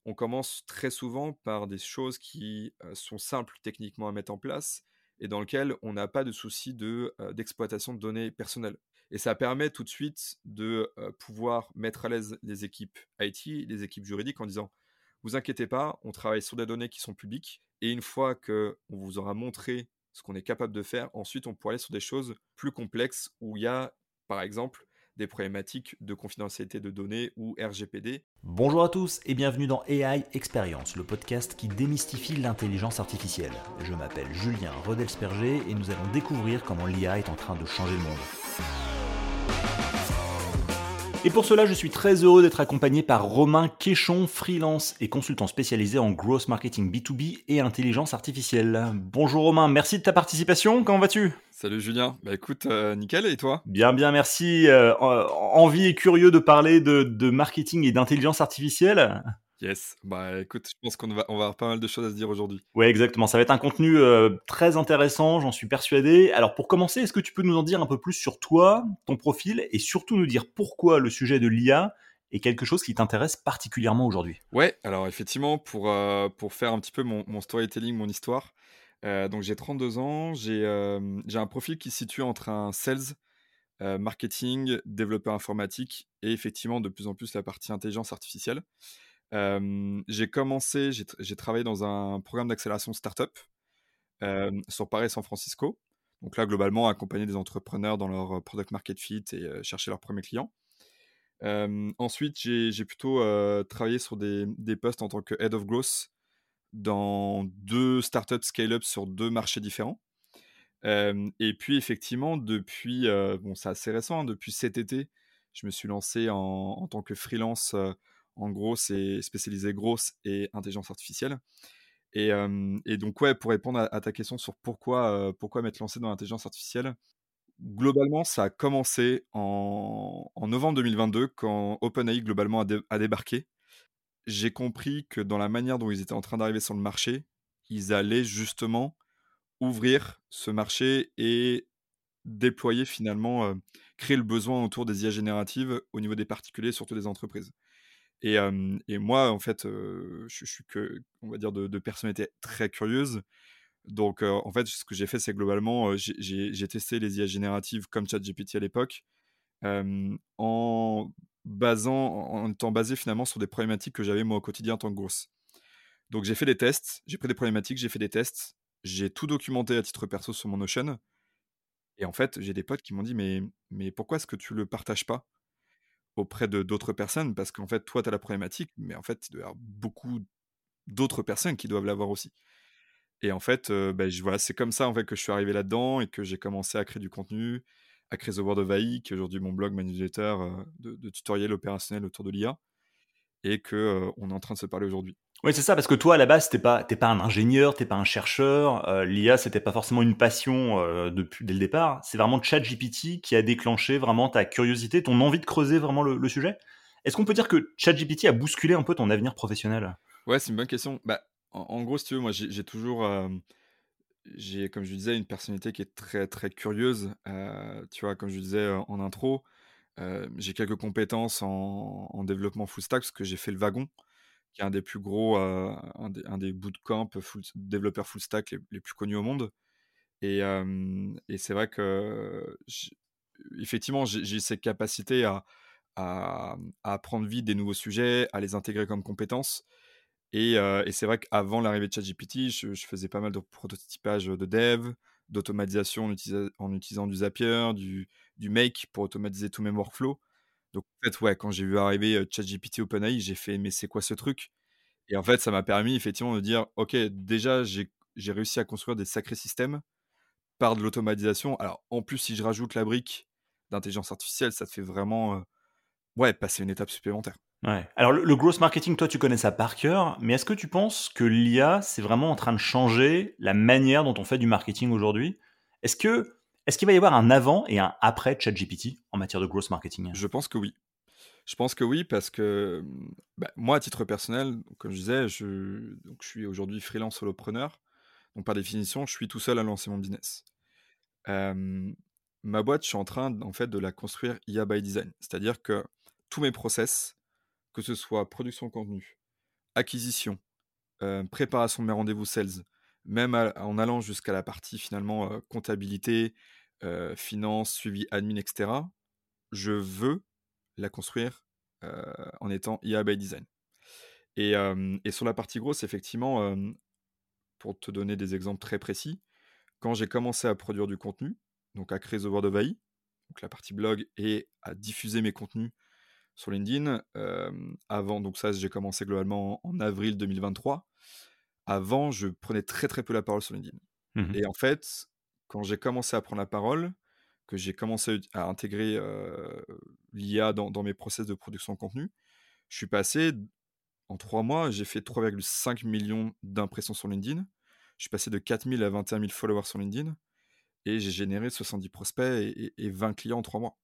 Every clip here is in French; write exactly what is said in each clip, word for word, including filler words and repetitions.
on commence très souvent par des choses qui, heu, sont simples techniquement à mettre en place et dans lequel on n'a pas de souci de, heu, d'exploitation de données personnelles et ça permet tout de suite de, heu, pouvoir mettre à l'aise les équipes I T, les équipes juridiques en disant: «Vous inquiétez pas, on travaille sur des données qui sont publiques et une fois qu'on vous aura montré ce qu'on est capable de faire, ensuite on pourra aller sur des choses plus complexes où il y a, par exemple, des problématiques de confidentialité de données ou R G P D». Bonjour à tous et bienvenue dans A I Experience, le podcast qui démystifie l'intelligence artificielle. Je m'appelle Julien Rodelsperger et nous allons découvrir comment l'I A est en train de changer le monde. Et pour cela, je suis très heureux d'être accompagné par Romain Quéchon, freelance et consultant spécialisé en growth marketing B deux B et intelligence artificielle. Bonjour Romain, merci de ta participation, comment vas-tu ? Salut Julien, bah écoute, heu, nickel et toi? Bien, bien, merci. Euh, envie et curieux de parler de, de marketing et d'intelligence artificielle. Yes, bah écoute, je pense qu'on va on va avoir pas mal de choses à se dire aujourd'hui. Ouais, exactement. Ça va être un contenu euh, très intéressant, j'en suis persuadé. Alors pour commencer, est-ce que tu peux nous en dire un peu plus sur toi, ton profil, et surtout nous dire pourquoi le sujet de l'I A est quelque chose qui t'intéresse particulièrement aujourd'hui ? Ouais, alors effectivement pour, heu, pour faire un petit peu mon mon storytelling, mon histoire, heu, donc j'ai trente-deux ans, j'ai, hem, j'ai un profil qui se situe entre un sales, heu, marketing, développeur informatique et effectivement de plus en plus la partie intelligence artificielle. Hem, j'ai commencé, j'ai t j'ai travaillé dans un programme d'accélération startup, hem, sur Paris et San Francisco. Donc là, globalement, accompagner des entrepreneurs dans leur, heu, product market fit et heu, chercher leurs premiers clients. Hem, ensuite, j'ai j'ai plutôt, heu, travaillé sur des des postes en tant que head of growth dans deux startups scale-up sur deux marchés différents. Hem et puis effectivement depuis, heu, bon c'est assez récent, hein, depuis cet été, je me suis lancé en en tant que freelance, heu, en gros c'est spécialisé growth et intelligence artificielle et hem et donc ouais, pour répondre à à ta question sur pourquoi, heu, pourquoi m'être lancé dans l'intelligence artificielle, globalement ça a commencé en en novembre deux mille vingt-deux quand OpenAI globalement a dé a débarqué. J'ai compris que dans la manière dont ils étaient en train d'arriver sur le marché, ils allaient justement ouvrir ce marché et déployer finalement, heu, créer le besoin autour des I A génératives au niveau des particuliers, surtout des entreprises et hem et moi en fait, heu, je je suis que on va dire de de personnalité très curieuse donc heu, en fait, ce que j'ai fait, c'est globalement, heu, j'ai j'ai j'ai testé les I A génératives comme ChatGPT à l'époque, hem, en basant en en étant basé finalement sur des problématiques que j'avais moi au quotidien en tant que grosse. Donc j'ai fait des tests, j'ai pris des problématiques, j'ai fait des tests, j'ai tout documenté à titre perso sur mon Notion et en fait, j'ai des potes qui m'ont dit: «Mais mais pourquoi est-ce que tu le partages pas auprès de d'autres personnes? Parce qu'en fait, toi, tu as la problématique, mais en fait, il doit y avoir beaucoup d'autres personnes qui doivent l'avoir aussi». Et en fait, heu, bah, je voilà, c'est comme ça, en fait, que je suis arrivé là-dedans et que j'ai commencé à créer du contenu, à créer The World of A I, qui est aujourd'hui mon blog, ma newsletter, heu, de de tutoriels opérationnels autour de l'I A et que, heu, on est en train de se parler aujourd'hui. Oui, c'est ça, parce que toi, à la base, t'es pas, t'es pas un ingénieur, t'es pas un chercheur. Euh, L'I A, c'était pas forcément une passion euh, depuis dès le départ. C'est vraiment ChatGPT qui a déclenché vraiment ta curiosité, ton envie de creuser vraiment le, le sujet. Est-ce qu'on peut dire que ChatGPT a bousculé un peu ton avenir professionnel ? Ouais, c'est une bonne question. Bah, en en gros, si tu veux, moi, j'ai j'ai toujours, hem, j'ai, comme je disais, une personnalité qui est très, très curieuse. Heu, tu vois, comme je disais, heu, en intro, heu, j'ai quelques compétences en en développement full stack parce que j'ai fait le Wagon, qui est un des plus gros, heu, un des un des bootcamps full développeurs full stack les les plus connus au monde et hem et c'est vrai que j effectivement, j'ai j'ai cette capacité à à, mmh, à apprendre vite des nouveaux sujets, à les intégrer comme compétences et heu et c'est vrai qu'avant l'arrivée de ChatGPT, je je faisais pas mal de prototypage, de dev, d'automatisation en utilisa en utilisant du Zapier, du du Make pour automatiser tous mes workflows. Donc en fait, ouais, quand j'ai vu arriver, heu, ChatGPT OpenAI, j'ai fait: «Mais c'est quoi ce truc?» Et en fait, ça m'a permis effectivement de dire: «OK, déjà j'ai j'ai réussi à construire des sacrés systèmes par de l'automatisation». Alors en plus, si je rajoute la brique d'intelligence artificielle, ça te fait vraiment, heu, ouais, passer une étape supplémentaire. Ouais. Alors le, le growth marketing, toi, tu connais ça par cœur, mais est-ce que tu penses que l'I A, c'est vraiment en train de changer la manière dont on fait du marketing aujourd'hui ? Est-ce que est-ce qu'il va y avoir un avant et un après ChatGPT en matière de growth marketing ? Je pense que oui. Je pense que oui parce que, mmh, bah, moi, à titre personnel, comme je disais, je donc je suis aujourd'hui freelance solopreneur. Donc par définition, je suis tout seul à lancer mon business. Hem, Ma boîte, je suis en train, en fait, de la construire I A by design. C'est-à-dire que tous mes process, que ce soit production de contenu, acquisition, heu, préparation de mes rendez-vous sales, même a en allant jusqu'à la partie finalement, heu, comptabilité, heu, finance, suivi admin et cetera, je veux la construire, heu, en étant I A by design et hem et sur la partie grosse effectivement, hem, pour te donner des exemples très précis, quand j'ai commencé à produire du contenu, donc à créer The Word of A I, donc la partie blog et à diffuser mes contenus sur LinkedIn, hem, avant donc ça j'ai commencé globalement en avril deux mille vingt-trois. Avant, je prenais très, très peu la parole sur LinkedIn Mmh. et en fait, quand j'ai commencé à prendre la parole, que j'ai commencé à ut à intégrer, heu, l'I A dans dans mes process de production de contenu, je suis passé d en trois mois, j'ai fait trois virgule cinq millions d'impressions sur LinkedIn. Je suis passé de quatre mille à vingt et un mille followers sur LinkedIn et j'ai généré soixante-dix prospects et et et vingt clients en trois mois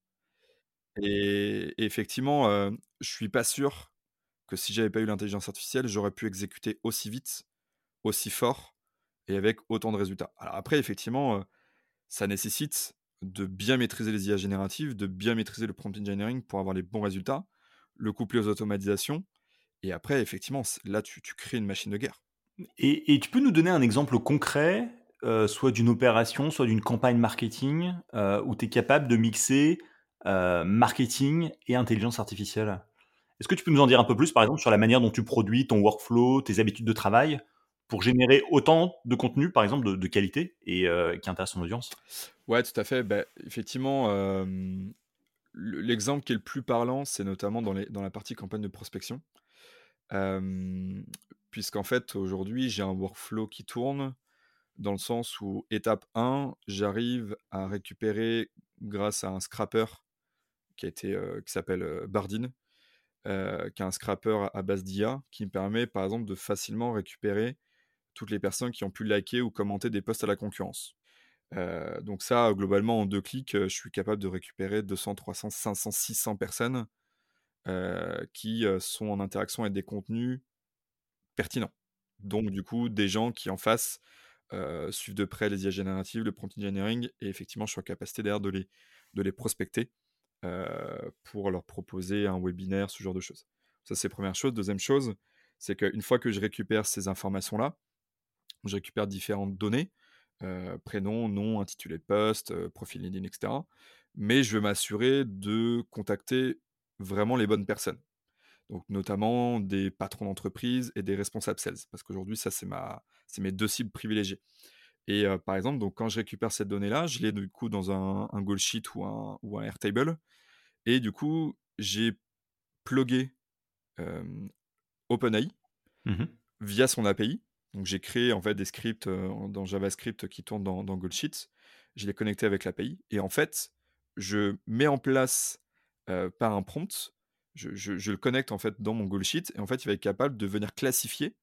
et et effectivement, heu, je suis pas sûr que si j'avais pas eu l'intelligence artificielle, j'aurais pu exécuter aussi vite, aussi fort et avec autant de résultats. Alors après effectivement, heu, ça nécessite de bien maîtriser les I A génératives, de bien maîtriser le prompt engineering pour avoir les bons résultats, le coupler aux automatisations et après effectivement, c là tu tu crées une machine de guerre. Et et tu peux nous donner un exemple concret, heu, soit d'une opération, soit d'une campagne marketing, heu, où tu es capable de mixer, heu, marketing et intelligence artificielle? Est-ce que tu peux nous en dire un peu plus, par exemple, sur la manière dont tu produis ton workflow, tes habitudes de travail, pour générer autant de contenu, par exemple, de de qualité et heu, qui intéresse ton audience? Ouais, tout à fait. Bah, effectivement, hem, le l'exemple qui est le plus parlant, c'est notamment dans les dans la partie campagne de prospection. Hem, puisqu'en fait, aujourd'hui, j'ai un workflow qui tourne dans le sens où étape un, j'arrive à récupérer grâce à un scrapper qui a été, heu, qui s'appelle, heu, Bardeen, heu, qui est un scrapper à base d'I A qui me permet, par exemple, de facilement récupérer toutes les personnes qui ont pu liker ou commenter des posts à la concurrence. Heu, donc ça, globalement, en deux clics, heu, je suis capable de récupérer deux cents, trois cents, cinq cents, six cents personnes, heu, qui, heu, sont en interaction avec des contenus pertinents. Donc du coup, des gens qui, en face, heu, suivent de près les I A génératives, le prompt engineering et effectivement, je suis en capacité derrière de les de les prospecter, heu, pour leur proposer un webinaire, ce genre de choses. Ça, c'est première chose. Deuxième chose, c'est qu'une fois que je récupère ces informations-là, je récupère différentes données, heu, prénom, nom, intitulé de post, heu, profil LinkedIn et cetera. Mais je veux m'assurer de contacter vraiment les bonnes personnes. Donc notamment des patrons d'entreprise et des responsables sales. Parce qu'aujourd'hui, ça, c'est ma c'est mes deux cibles privilégiées. Et heu, par exemple, donc quand je récupère cette donnée-là, je l'ai du coup dans un un goal sheet ou un ou un Airtable et du coup, j'ai plugué, hem, OpenAI Mmh. via son A P I. Donc j'ai créé en fait des scripts, heu, en dans JavaScript qui tournent dans dans Goldsheet. Je l'ai connecté avec l'A P I et en fait, je mets en place, heu, par un prompt, je je je le connecte en fait dans mon Goldsheet et en fait, il va être capable de venir classifier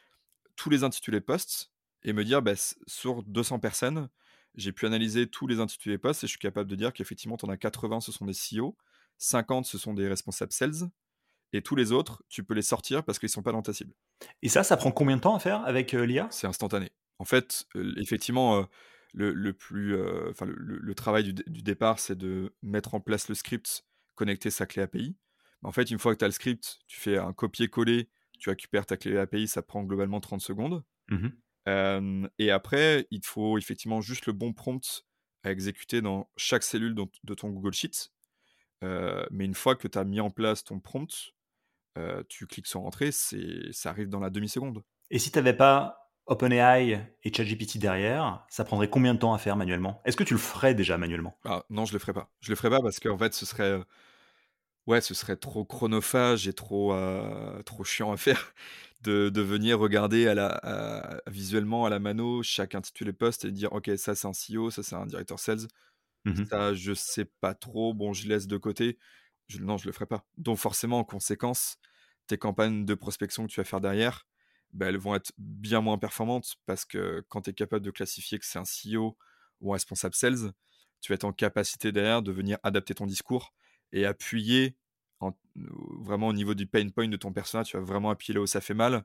tous les intitulés de posts et me dire, bah, s sur deux cents personnes, j'ai pu analyser tous les intitulés de posts et je suis capable de dire qu'effectivement, tu en as quatre-vingts, ce sont des C E O, cinquante, ce sont des responsables sales et tous les autres, tu peux les sortir parce qu'ils sont pas dans ta cible. Et ça, ça prend combien de temps à faire avec, heu, l'I A? C'est instantané. En fait, heu, effectivement, heu, le le plus, heu, enfin le le le travail du dé du départ, c'est de mettre en place le script, connecter sa clé A P I. En fait, une fois que tu as le script, tu fais un copier-coller, tu récupères ta clé A P I, ça prend globalement trente secondes. Mmh. Hem et après, il te faut effectivement juste le bon prompt à exécuter dans chaque cellule dont de ton Google Sheets. Heu, mais une fois que tu as mis en place ton prompt, heu, tu cliques sur entrée, c'est ça arrive dans la demi-seconde. Et si tu avais pas OpenAI et ChatGPT derrière, ça prendrait combien de temps à faire manuellement? Est-ce que tu le ferais déjà manuellement? Ah non, je le ferai pas. Je le ferai pas parce qu'en fait, ce serait, heu, ouais, ce serait trop chronophage et trop, heu, trop chiant à faire de de venir regarder à la à visuellement à la mano chaque intitulé post et dire: «OK, ça c'est un C E O, ça c'est un directeur sales». Mmh. Ça, je sais pas trop. Bon, je laisse de côté. Je non, je le ferai pas. Donc forcément, en conséquence, tes campagnes de prospection que tu vas faire derrière, bah, elles vont être bien moins performantes parce que quand tu es capable de classifier que c'est un C E O ou un responsable sales, tu vas être en capacité derrière de venir adapter ton discours et appuyer en vraiment au niveau du pain point de ton persona, tu vas vraiment appuyer là où ça fait mal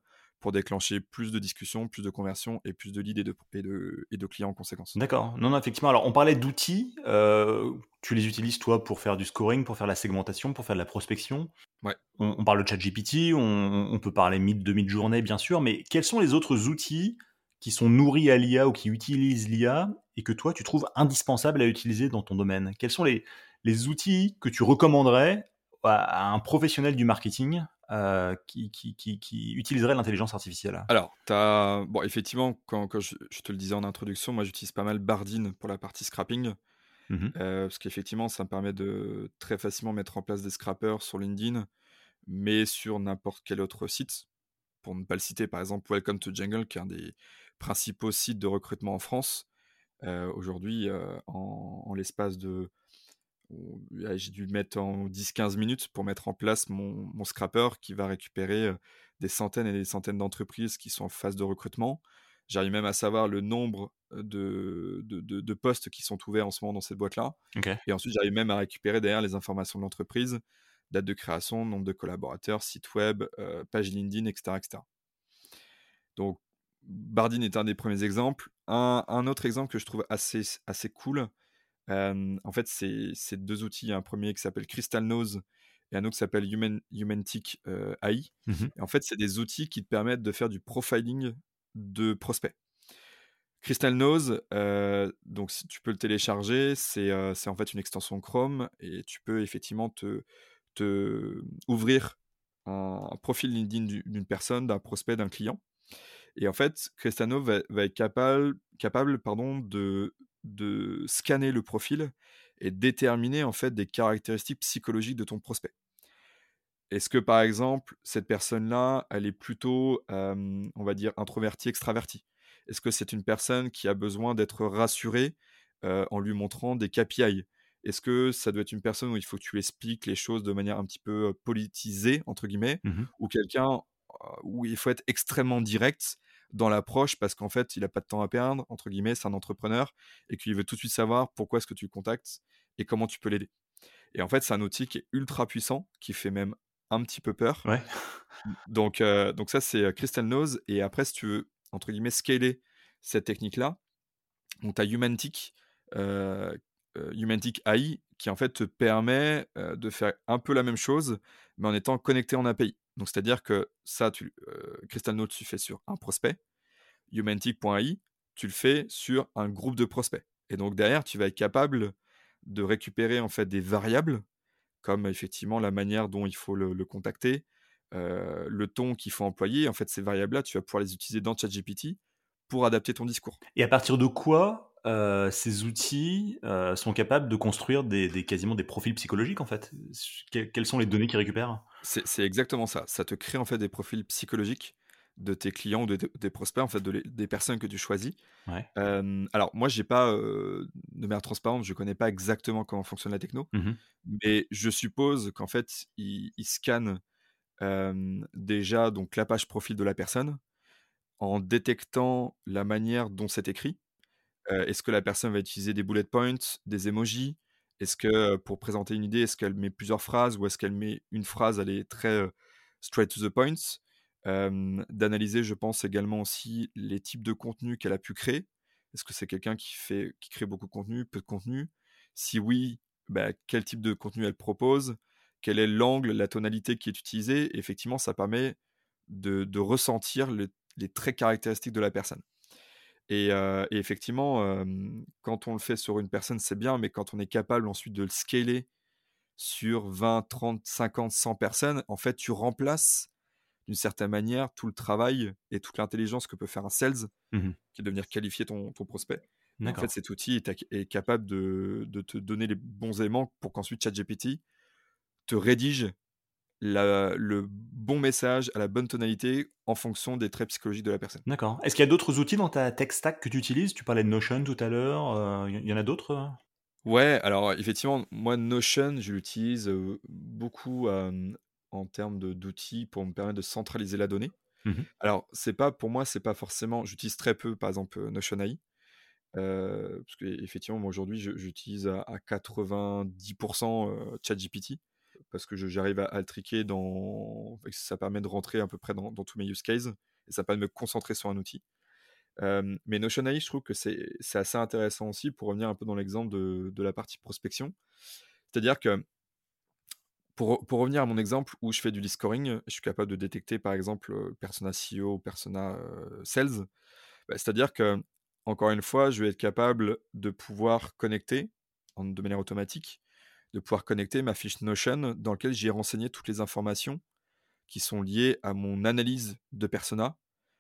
pour déclencher plus de discussions, plus de conversions et plus de leads et de, et de, et de clients en conséquence. D'accord. Non, non, effectivement. Alors, on parlait d'outils. euh, tu les utilises, toi, pour faire du scoring, pour faire la segmentation, pour faire de la prospection. Ouais. On, on parle de ChatGPT, on, on peut parler mythe de mid-journée, bien sûr, mais quels sont les autres outils qui sont nourris à l'I A ou qui utilisent l'I A et que toi, tu trouves indispensables à utiliser dans ton domaine? Quels sont les, les outils que tu recommanderais à, à un professionnel du marketing euh, qui, qui, qui, qui utiliserait l'intelligence artificielle? Alors, t'as... Bon, effectivement, quand, quand je, je te le disais en introduction, moi j'utilise pas mal Bardine pour la partie scrapping, Mhm. euh, parce qu'effectivement, ça me permet de très facilement mettre en place des scrappers sur LinkedIn, mais sur n'importe quel autre site. Pour ne pas le citer, par exemple, Welcome to Jungle, qui est un des principaux sites de recrutement en France. Euh, aujourd'hui, euh, en, en l'espace de... on- ouais, j'ai dû le mettre en dix quinze minutes pour mettre en place mon, mon scrapper qui va récupérer euh, des centaines et des centaines d'entreprises qui sont en phase de recrutement. J'arrive même à savoir le nombre de, de, de- de postes qui sont ouverts en ce moment dans cette boîte-là. Ok. Et ensuite, j'arrive même à récupérer derrière les informations de l'entreprise, date de création, nombre de collaborateurs, site web, euh, page LinkedIn, et cetera, et cetera. Donc, Bardine est un des premiers exemples. Un, un autre exemple que je trouve assez, assez cool, euh, en fait, c'est c'est deux outils. Il y a un premier qui s'appelle Crystal Nose et un autre qui s'appelle Human, Humantic euh, A I. Mhm. Et en fait, c'est des outils qui te permettent de faire du profiling de prospects. Crystal Nose, euh, donc si tu peux le télécharger, c'est euh, c'est en fait une extension Chrome et tu peux effectivement te, te ouvrir un, un profil LinkedIn du- d'une personne, d'un prospect, d'un client. Et en fait, Crestano va, va être capable, capable pardon, de, de scanner le profil et déterminer en fait des caractéristiques psychologiques de ton prospect. Est-ce que par exemple, cette personne-là, elle est plutôt, euh, on va dire, introvertie, extravertie? Est-ce que c'est une personne qui a besoin d'être rassurée euh, en lui montrant des K P I? Est-ce que ça doit être une personne où il faut que tu expliques les choses de manière un petit peu euh, politisée, entre guillemets, Mhm. ou quelqu'un euh, où il faut être extrêmement direct dans l'approche parce qu'en fait, il n'a pas de temps à perdre, entre guillemets, c'est un entrepreneur et qu'il veut tout de suite savoir pourquoi est-ce que tu le contactes et comment tu peux l'aider. Et en fait, c'est un outil qui est ultra puissant, qui fait même un petit peu peur. Ouais. Donc, euh, donc ça, c'est euh, Crystal Nose. Et après, si tu veux, entre guillemets, scaler cette technique-là, donc tu as Humantic, euh, euh, Humantic A I, qui en fait te permet euh, de faire un peu la même chose, mais en étant connecté en A P I. Donc, c'est-à-dire que ça, tu, euh, Crystal Node, tu fais sur un prospect. Humantic.ai, tu le fais sur un groupe de prospects. Et donc, derrière, tu vas être capable de récupérer en fait des variables comme effectivement la manière dont il faut le, le contacter, euh, le ton qu'il faut employer. En fait, ces variables-là, tu vas pouvoir les utiliser dans ChatGPT pour adapter ton discours. Et à partir de quoi euh, ces outils euh, sont capables de construire des, des- quasiment des profils psychologiques en fait? Que- Quelles sont les données qu'ils récupèrent? C'est c'est exactement ça. Ça te crée en fait des profils psychologiques de tes clients ou de, de- des prospects, en fait, de les- des personnes que tu choisis. Ouais. Euh, alors, moi, j'ai pas, euh, de manière transparente, je connais pas exactement comment fonctionne la techno, Mhm. mais je suppose qu'en fait, ils il scannent euh, déjà donc la page profil de la personne en détectant la manière dont c'est écrit. Heu, est-ce que la personne va utiliser des bullet points, des emojis? Est-ce que, heu, pour présenter une idée, est-ce qu'elle met plusieurs phrases ou est-ce qu'elle met une phrase, elle est très, heu, straight to the point? Hem, d'analyser, je pense également aussi les types de contenus qu'elle a pu créer. Est-ce que c'est quelqu'un qui fait qui crée beaucoup de contenu, peu de contenu? Si oui, bah, quel type de contenu elle propose? Quel est l'angle, la tonalité qui est utilisée? Et effectivement, ça permet de de ressentir le les traits caractéristiques de la personne. Et, heu et effectivement, hem, quand on le fait sur une personne, c'est bien, mais quand on est capable ensuite de le scaler sur vingt, trente, cinquante, cent personnes, en fait, tu remplaces d'une certaine manière tout le travail et toute l'intelligence que peut faire un sales, Mhm. qui est de venir qualifier ton ton prospect. Et en fait, D'accord. cet outil est ac est capable de de te donner les bons éléments pour qu'ensuite ChatGPT te rédige la le bon message à la bonne tonalité en fonction des traits psychologiques de la personne. D'accord. Est-ce qu'il y a d'autres outils dans ta tech stack que tu utilises? Tu parlais de Notion tout à l'heure. Il y, y en a d'autres? euh Ouais, alors effectivement, moi Notion, je l'utilise, heu, beaucoup, hem, en termes de d'outils pour me permettre de centraliser la donnée. Mhm. Alors c'est pas pour moi, c'est pas forcément j'utilise très peu, par exemple, heu, Notion A I, heu, parce qu'effectivement, moi aujourd'hui, je j'utilise à à quatre-vingt-dix heu, ChatGPT, parce que je j'arrive à à le tricker dans enfin, ça permet de rentrer à peu près dans dans tous mes use cases et ça me permet de me concentrer sur un outil. Hem, mais Notion A I, je trouve que c'est c'est assez intéressant aussi pour revenir un peu dans l'exemple de de la partie prospection. C'est-à-dire que pour pour revenir à mon exemple où je fais du lead scoring, je suis capable de détecter par exemple, heu, persona C E O, persona, heu, sales. Bah, c'est-à-dire que encore une fois, je vais être capable de pouvoir connecter, en de manière automatique, de pouvoir connecter ma fiche Notion dans lequel j'ai renseigné toutes les informations qui sont liées à mon analyse de persona,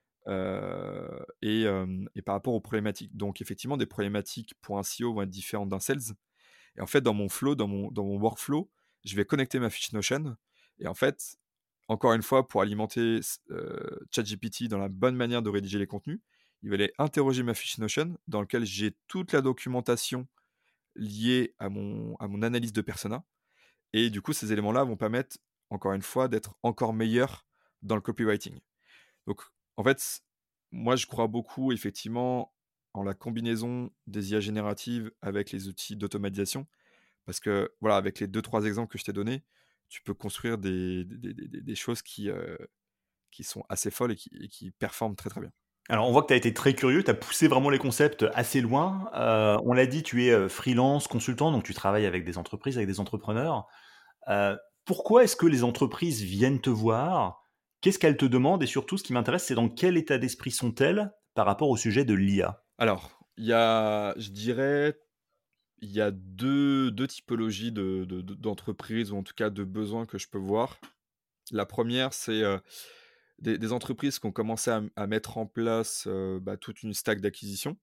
heu et hem et par rapport aux problématiques. Donc effectivement, des problématiques pour un C E O vont être différentes d'un sales et en fait, dans mon flow, dans mon dans mon workflow, je vais connecter ma fiche Notion et en fait, encore une fois, pour alimenter s heu, ChatGPT dans la bonne manière de rédiger les contenus, il va aller interroger ma fiche Notion dans lequel j'ai toute la documentation liée à mon à mon analyse de persona et du coup, ces éléments-là vont permettre, encore une fois, d'être encore meilleur dans le copywriting. Donc en fait, moi, je crois beaucoup effectivement en la combinaison des I A génératives avec les outils d'automatisation parce que, voilà, avec les deux trois exemples que je t'ai donnés, tu peux construire des des des des des choses qui, heu, qui sont assez folles et qui et qui performent très, très bien. Alors, on voit que tu as été très curieux, tu as poussé vraiment les concepts assez loin. Heu, on l'a dit, tu es, heu, freelance, consultant, donc tu travailles avec des entreprises, avec des entrepreneurs. Heu, Pourquoi est-ce que les entreprises viennent te voir? Qu'est-ce qu'elles te demandent? Et surtout, ce qui m'intéresse, c'est dans quel état d'esprit sont-elles par rapport au sujet de l'I A? Alors, il y a, je dirais, il y a deux deux typologies de de de d'entreprises ou en tout cas de besoins que je peux voir. La première, c'est, heu, des des entreprises qui ont commencé à m à mettre en place, heu, bah, toute une stack d'acquisition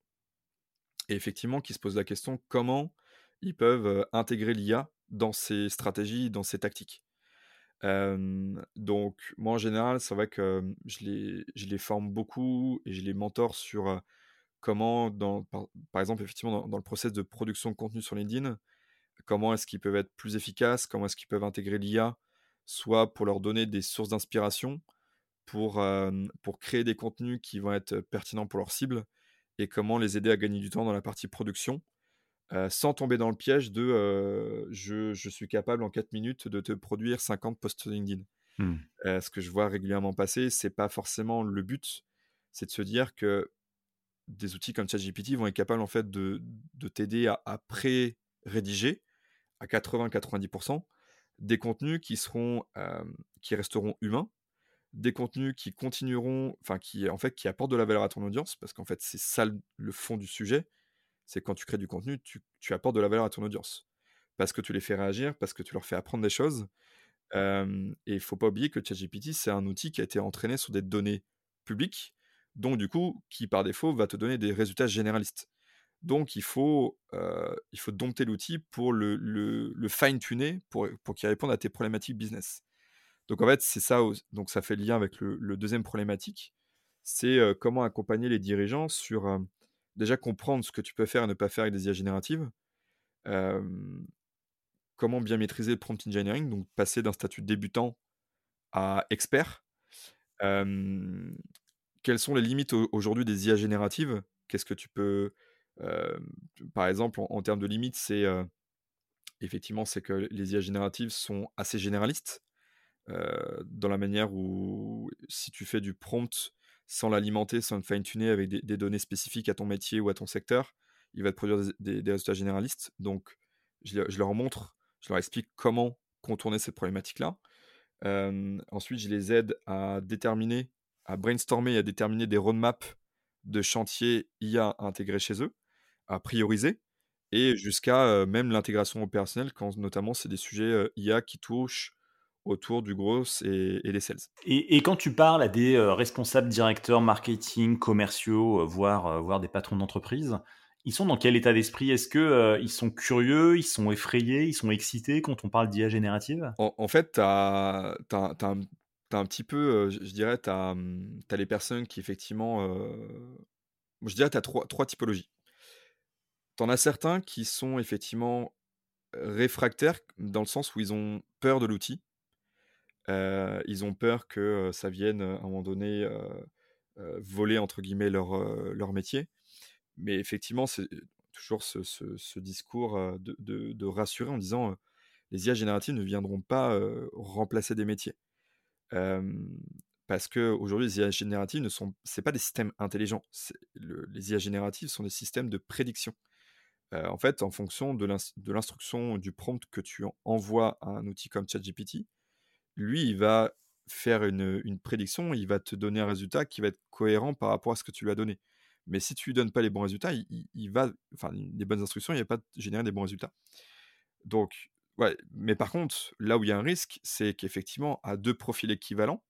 et effectivement qui se posent la question comment ils peuvent, heu, intégrer l'I A dans ces stratégies, dans ces tactiques. Hem, donc moi en général, c'est vrai que, mmh, je les je les forme beaucoup et je les mentore sur, heu, comment dans par par exemple effectivement dans dans le process de production de contenu sur LinkedIn, comment est-ce qu'ils peuvent être plus efficaces? Comment est-ce qu'ils peuvent intégrer l'I A? Soit pour leur donner des sources d'inspiration, pour, hem, pour créer des contenus qui vont être pertinents pour leur cible et comment les aider à gagner du temps dans la partie production, heu, sans tomber dans le piège de, heu, je je suis capable en quatre minutes de te produire cinquante posts LinkedIn. Mmh. Heu, ce que je vois régulièrement passer, c'est pas forcément le but. C'est de se dire que des outils comme ChatGPT vont être capables en fait de de t'aider à à pré-rédiger à quatre-vingts-quatre-vingt-dix des contenus qui seront, hem, qui resteront humains, des contenus qui continueront enfin qui en fait qui apportent de la valeur à ton audience parce qu'en fait c'est ça le le fond du sujet, c'est quand tu crées du contenu, tu tu apportes de la valeur à ton audience. Parce que tu les fais réagir, parce que tu leur fais apprendre des choses. Hem et il faut pas oublier que ChatGPT, c'est un outil qui a été entraîné sur des données publiques, donc du coup, qui par défaut va te donner des résultats généralistes. Donc il faut, heu, il faut dompter l'outil pour le le le fine tuner pour, pour qu'il réponde à tes problématiques business. Donc en fait, c'est ça aus donc ça fait le lien avec le le deux problématique, c'est, heu, comment accompagner les dirigeants sur, hem, déjà comprendre ce que tu peux faire et ne pas faire avec des I A génératives. Hem, Comment bien maîtriser le prompt engineering, donc passer d'un statut débutant à expert. Hem, Quelles sont les limites au aujourd'hui des I A génératives? Qu'est-ce que tu peux, hem, par exemple, en en termes de limites, c'est, heu, effectivement, c'est que les I A génératives sont assez généralistes, heu, dans la manière où si tu fais du prompt sans l'alimenter, sans le fine tuner avec des des données spécifiques à ton métier ou à ton secteur, il va te produire des des des résultats généralistes. Donc je le je leur montre, je leur explique comment contourner cette problématique-là. Hem, ensuite, je les aide à déterminer, à brainstormer et à déterminer des roadmaps de chantiers I A à intégrer chez eux, à prioriser et jusqu'à, heu, même l'intégration opérationnelle quand notamment c'est des sujets, heu, I A qui touchent autour du gros et et des sales. Et et quand tu parles à des, heu, responsables, directeurs marketing, commerciaux, heu, voire, heu, voire des patrons d'entreprise, ils sont dans quel état d'esprit? Est-ce que, heu, ils sont curieux, ils sont effrayés, ils sont excités quand on parle d'I A générative? En en fait, tu as tu as tu as un tu as un petit peu, heu, je je dirais, tu as, mmh, tu as les personnes qui effectivement, heu, je dirais tu as trois 3 typologies. Tu en as certains qui sont effectivement réfractaires dans le sens où ils ont peur de l'outil. Heu, ils ont peur que, heu, ça vienne, heu, à un moment donné, heu heu, «voler» entre guillemets leur, heu, leur métier. Mais effectivement, c'est toujours ce ce ce discours, heu, de de de rassurer en disant, heu: «Les I A génératives ne viendront pas, heu, remplacer des métiers». Hem, parce qu'aujourd'hui, les I A génératives ne sont c'est pas des systèmes intelligents. C'est le les I A génératives sont des systèmes de prédiction. Heu, en fait, en fonction de l'ins de l'instruction, du prompt que tu en envoies à un outil comme ChatGPT, lui, il va faire une, une prédiction, il va te donner un résultat qui va être cohérent par rapport à ce que tu lui as donné. Mais si tu lui donnes pas les bons résultats, il il il va enfin, les bonnes instructions, il va pas te générer des bons résultats. Donc ouais, mais par contre, là où il y a un risque, c'est qu'effectivement, à deux profils équivalents,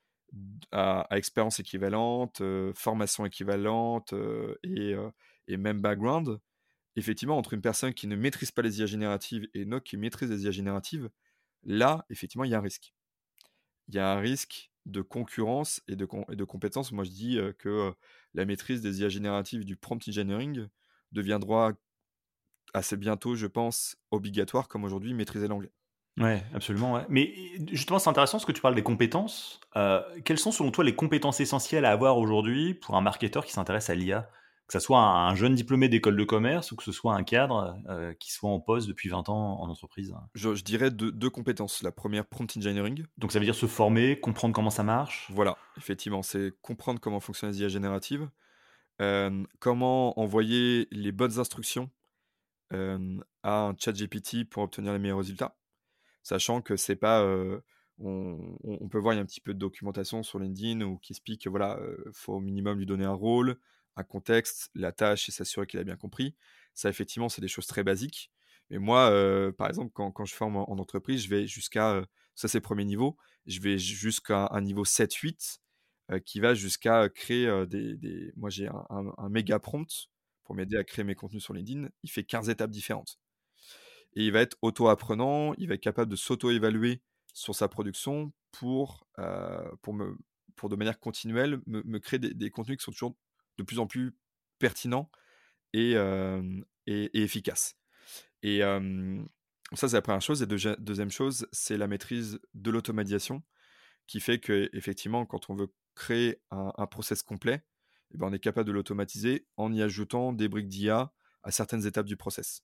d à à expérience équivalente, heu, formation équivalente, heu et heu et même background, effectivement, entre une personne qui ne maîtrise pas les I A génératives et une autre qui maîtrise les I A génératives, là, effectivement, il y a un risque. Il y a un risque de concurrence et de com et de compétences. Moi, je dis, heu, que, heu, la maîtrise des I A génératives, du prompt engineering deviendra assez bientôt, je pense, obligatoire comme aujourd'hui maîtriser l'anglais. Ouais, absolument, ouais. Mais justement, c'est intéressant parce que tu parles des compétences. Heu, quelles sont selon toi les compétences essentielles à avoir aujourd'hui pour un marketeur qui s'intéresse à l'I A? Que ça soit un un jeune diplômé d'école de commerce ou que ce soit un cadre, heu, qui soit en poste depuis vingt ans en entreprise? Je je dirais deux deux compétences. La première prompt engineering. Donc ça veut dire se former, comprendre comment ça marche? Voilà, effectivement, c'est comprendre comment fonctionnent les I A génératives, hem, comment envoyer les bonnes instructions, hem, à un ChatGPT pour obtenir les meilleurs résultats. Sachant que c'est pas, heu, on on on peut voir, il y a un petit peu de documentation sur LinkedIn ou qui explique que voilà, heu, faut au minimum lui donner un rôle, un contexte, la tâche et s'assurer qu'il a bien compris. Ça, effectivement, c'est des choses très basiques. Mais moi, heu, par exemple, quand quand je forme en en entreprise, je vais jusqu'à, heu ça c'est premier niveau, je vais jusqu'à un niveau sept-huit, heu, qui va jusqu'à créer, heu, des des moi j'ai un un un méga prompt pour m'aider à créer mes contenus sur LinkedIn. Il fait quinze étapes différentes. Et il va être auto-apprenant, il va être capable de s'auto-évaluer sur sa production pour, heu, pour me pour de manière continuelle me me créer des des contenus qui sont toujours de plus en plus pertinents et hem et et efficaces. Et hem, ça, c'est la première chose et deuxia deuxième chose, c'est la maîtrise de l'automatisation qui fait qu'effectivement, quand on veut créer un un process complet et ben, on est capable de l'automatiser en y ajoutant des briques d'I A à certaines étapes du process.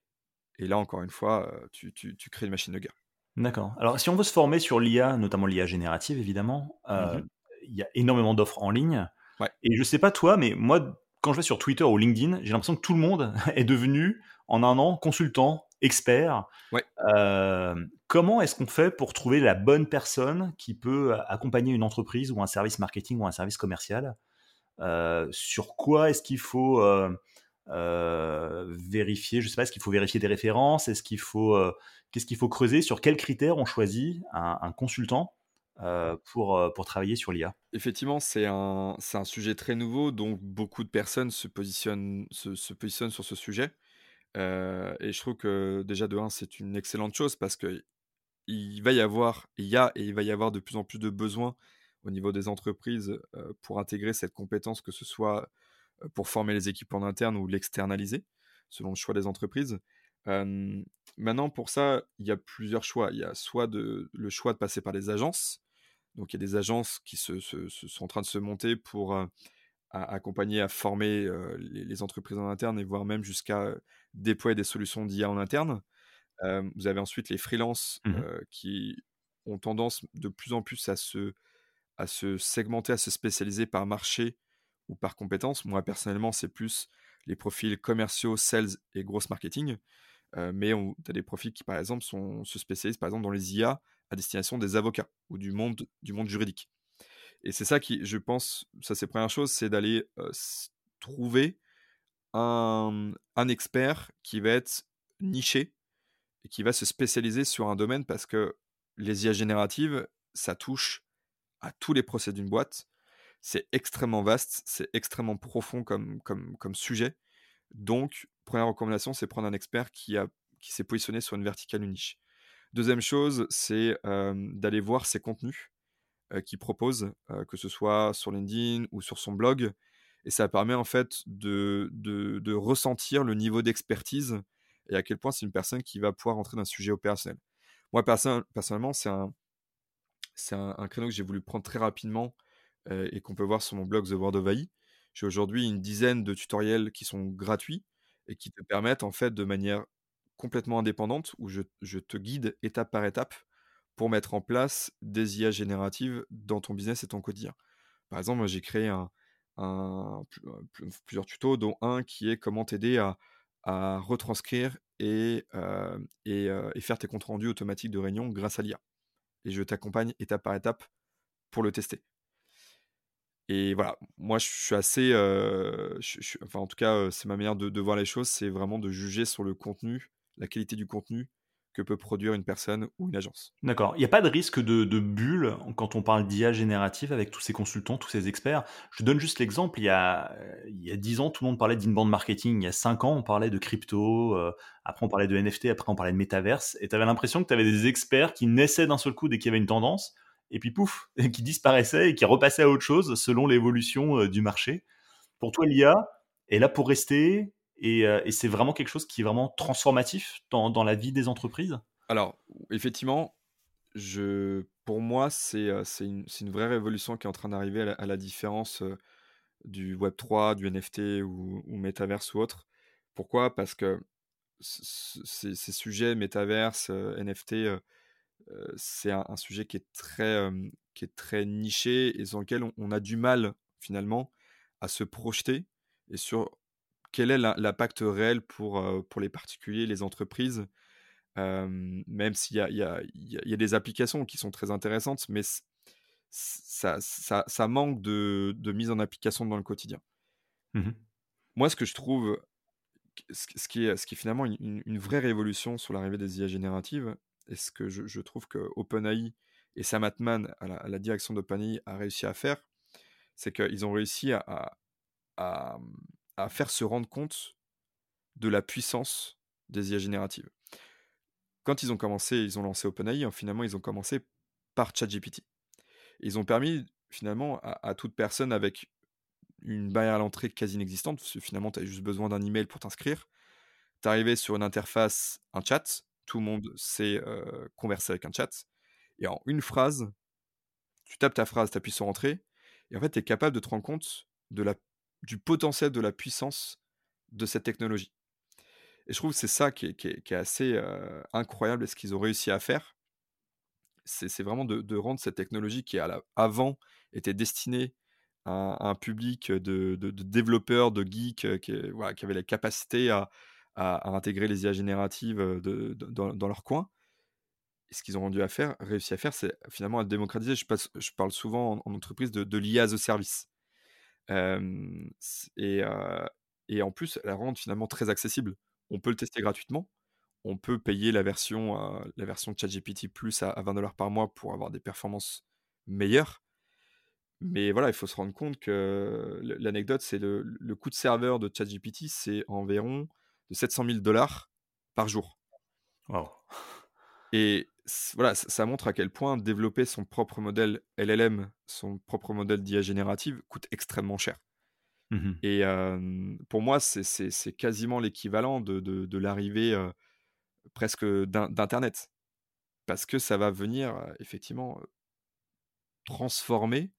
Et là, encore une fois, heu, tu tu tu crées une machine de guerre. D'accord. Alors si on veut se former sur l'I A, notamment l'I A générative évidemment, Mmh. heu, il y a énormément d'offres en ligne Ouais, et je sais pas toi, mais moi, quand je vais sur Twitter ou LinkedIn, j'ai l'impression que tout le monde est devenu, en un an, consultant, expert. ouais. Hem, comment est-ce qu'on fait pour trouver la bonne personne qui peut a accompagner une entreprise ou un service marketing ou un service commercial? Heu, sur quoi est-ce qu'il faut, heu heu, vérifier? Je sais pas, est-ce qu'il faut vérifier des références? Est-ce qu'il faut, heu, qu'est-ce qu'il faut creuser? Sur quels critères on choisit un un consultant, heu, pour, heu, pour travailler sur l'I A? Effectivement, c'est un c'est un sujet très nouveau, donc beaucoup de personnes se positionnent se se positionnent sur ce sujet, heu et je trouve que déjà de un, c'est une excellente chose parce que il va y avoir il y a et il va y avoir de plus en plus de besoins au niveau des entreprises, heu, pour intégrer cette compétence, que ce soit, heu, pour former les équipes en interne ou l'externaliser, selon le choix des entreprises. Hem, Maintenant pour ça, il y a plusieurs choix. Il y a soit de le choix de passer par des agences. Donc il y a des agences qui se se se sont en train de se monter pour, heu, a accompagner, à former, heu, les les entreprises en interne et voire même jusqu'à, heu, déployer des solutions d'I A en interne. Hem, vous avez ensuite les freelances, Mmh. heu, qui ont tendance de plus en plus à se à se segmenter, à se spécialiser par marché ou par compétences. Moi, personnellement, c'est plus les profils commerciaux, sales et gross marketing. Heu, mais on tu as des profils qui, par exemple, sont se spécialisent, par exemple, dans les I A à destination des avocats ou du monde du monde juridique. Et c'est ça qui, je pense, ça c'est première chose, c'est d'aller, heu, s trouver un un expert qui va être niché et qui va se spécialiser sur un domaine parce que les I A génératives, ça touche à tous les procès d'une boîte. C'est extrêmement vaste, c'est extrêmement profond comme comme comme sujet. Donc première recommandation, c'est prendre un expert qui a qui s'est positionné sur une verticale, une niche. Deuxième chose, c'est, hem, d'aller voir ses contenus, heu, qu'il propose, heu, que ce soit sur LinkedIn ou sur son blog, et ça permet en fait de de de ressentir le niveau d'expertise et à quel point c'est une personne qui va pouvoir rentrer dans un sujet opérationnel. Moi perso personnellement, c'est un c'est un un créneau que j'ai voulu prendre très rapidement, heu et qu'on peut voir sur mon blog The World of A I. J'ai aujourd'hui une dizaine de tutoriels qui sont gratuits et qui te permettent en fait de manière complètement indépendante où je je te guide étape par étape pour mettre en place des I A génératives dans ton business et ton quotidien. Par exemple, moi, j'ai créé un un plu heu, plusieurs tutos, dont un qui est comment t'aider à à retranscrire et hem et heu et faire tes comptes rendus automatiques de réunion grâce à l'I A et je t'accompagne étape par étape pour le tester. Et voilà, moi je suis assez, heu, je je enfin en tout cas, heu, c'est ma manière de de voir les choses, c'est vraiment de juger sur le contenu, la qualité du contenu que peut produire une personne ou une agence. D'accord. Il y a pas de risque de de bulle quand on parle d'I A générative avec tous ces consultants, tous ces experts? Je te donne juste l'exemple, il y a, heu, il y a dix ans, tout le monde parlait d'inbound marketing. Il y a cinq ans, on parlait de crypto, heu, après on parlait de N F T, après on parlait de métaverse et tu avais l'impression que tu avais des experts qui naissaient d'un seul coup dès qu'il y avait une tendance et puis pouf, et qui disparaissaient et qui repassaient à autre chose selon l'évolution, heu, du marché. Pour toi, l'I A est là pour rester et heu et c'est vraiment quelque chose qui est vraiment transformatif dans dans la vie des entreprises? Alors, effectivement, je pour moi, c'est, heu, c'est une c'est une vraie révolution qui est en train d'arriver à la à la différence, heu, du web trois, du N F T ou ou métaverse ou autre. Pourquoi? Parce que c c ces ces sujets métaverse, heu, N F T, heu heu, c'est un un sujet qui est très, hem, qui est très niché et sur lequel on on a du mal, finalement, à se projeter et sur quel est l'im l'impact réel pour, heu, pour les particuliers, les entreprises. Hem, même s'il y a il y a il y a il y a des applications qui sont très intéressantes, mais ç ça ça ça manque de de mise en application dans le quotidien. Mmh. Moi, ce que je trouve, q ce ce qui est ce qui est finalement une une une vraie révolution sur l'arrivée des I A génératives et ce que je je trouve que OpenAI et Sam Altman à la à la direction d'OpenAI a réussi à faire, c'est qu'ils ont réussi à à à, mmh, à faire se rendre compte de la puissance des I A génératives. Quand ils ont commencé, ils ont lancé OpenAI, hein, finalement, ils ont commencé par ChatGPT. Ils ont permis finalement à à toute personne avec une barrière à l'entrée quasi inexistante, parce que finalement, tu avais juste besoin d'un email pour t'inscrire. Tu arrivais sur une interface, un chat, tout le monde sait, heu, converser avec un chat et en une phrase, tu tapes ta phrase, tu appuies sur entrée et en fait, tu es capable de te rendre compte de la du potentiel, de la puissance de cette technologie et je trouve que c'est ça qui est qui est qui est assez, heu, incroyable et ce qu'ils ont réussi à faire. C'est c'est vraiment de de rendre cette technologie qui à la avant était destinée à à un public, de de de développeurs, de geeks, heu, qui, heu, voilà, qui avaient la capacité à à à intégrer les I A génératives, heu, de de dans dans leur coin et ce qu'ils ont rendu à faire réussi à faire, c'est finalement à démocratiser. Je passe je parle souvent en en entreprise de de l'I A as a service. Hem, c et heu et en plus, la rendre finalement très accessible. On peut le tester gratuitement. On peut payer la version, heu, la version ChatGPT Plus à à vingt dollars par mois pour avoir des performances meilleures. Mais voilà, il faut se rendre compte que le l'anecdote, c'est le le coût de serveur de ChatGPT, c'est environ de sept cent mille dollars par jour Waouh! et c voilà, ça ça montre à quel point développer son propre modèle L L M, son propre modèle d'I A générative coûte extrêmement cher Mmh. et hem, pour moi, c'est c'est c'est quasiment l'équivalent de de de l'arrivée, heu, presque d'in d'internet. Parce que ça va venir, heu, effectivement, heu, transformer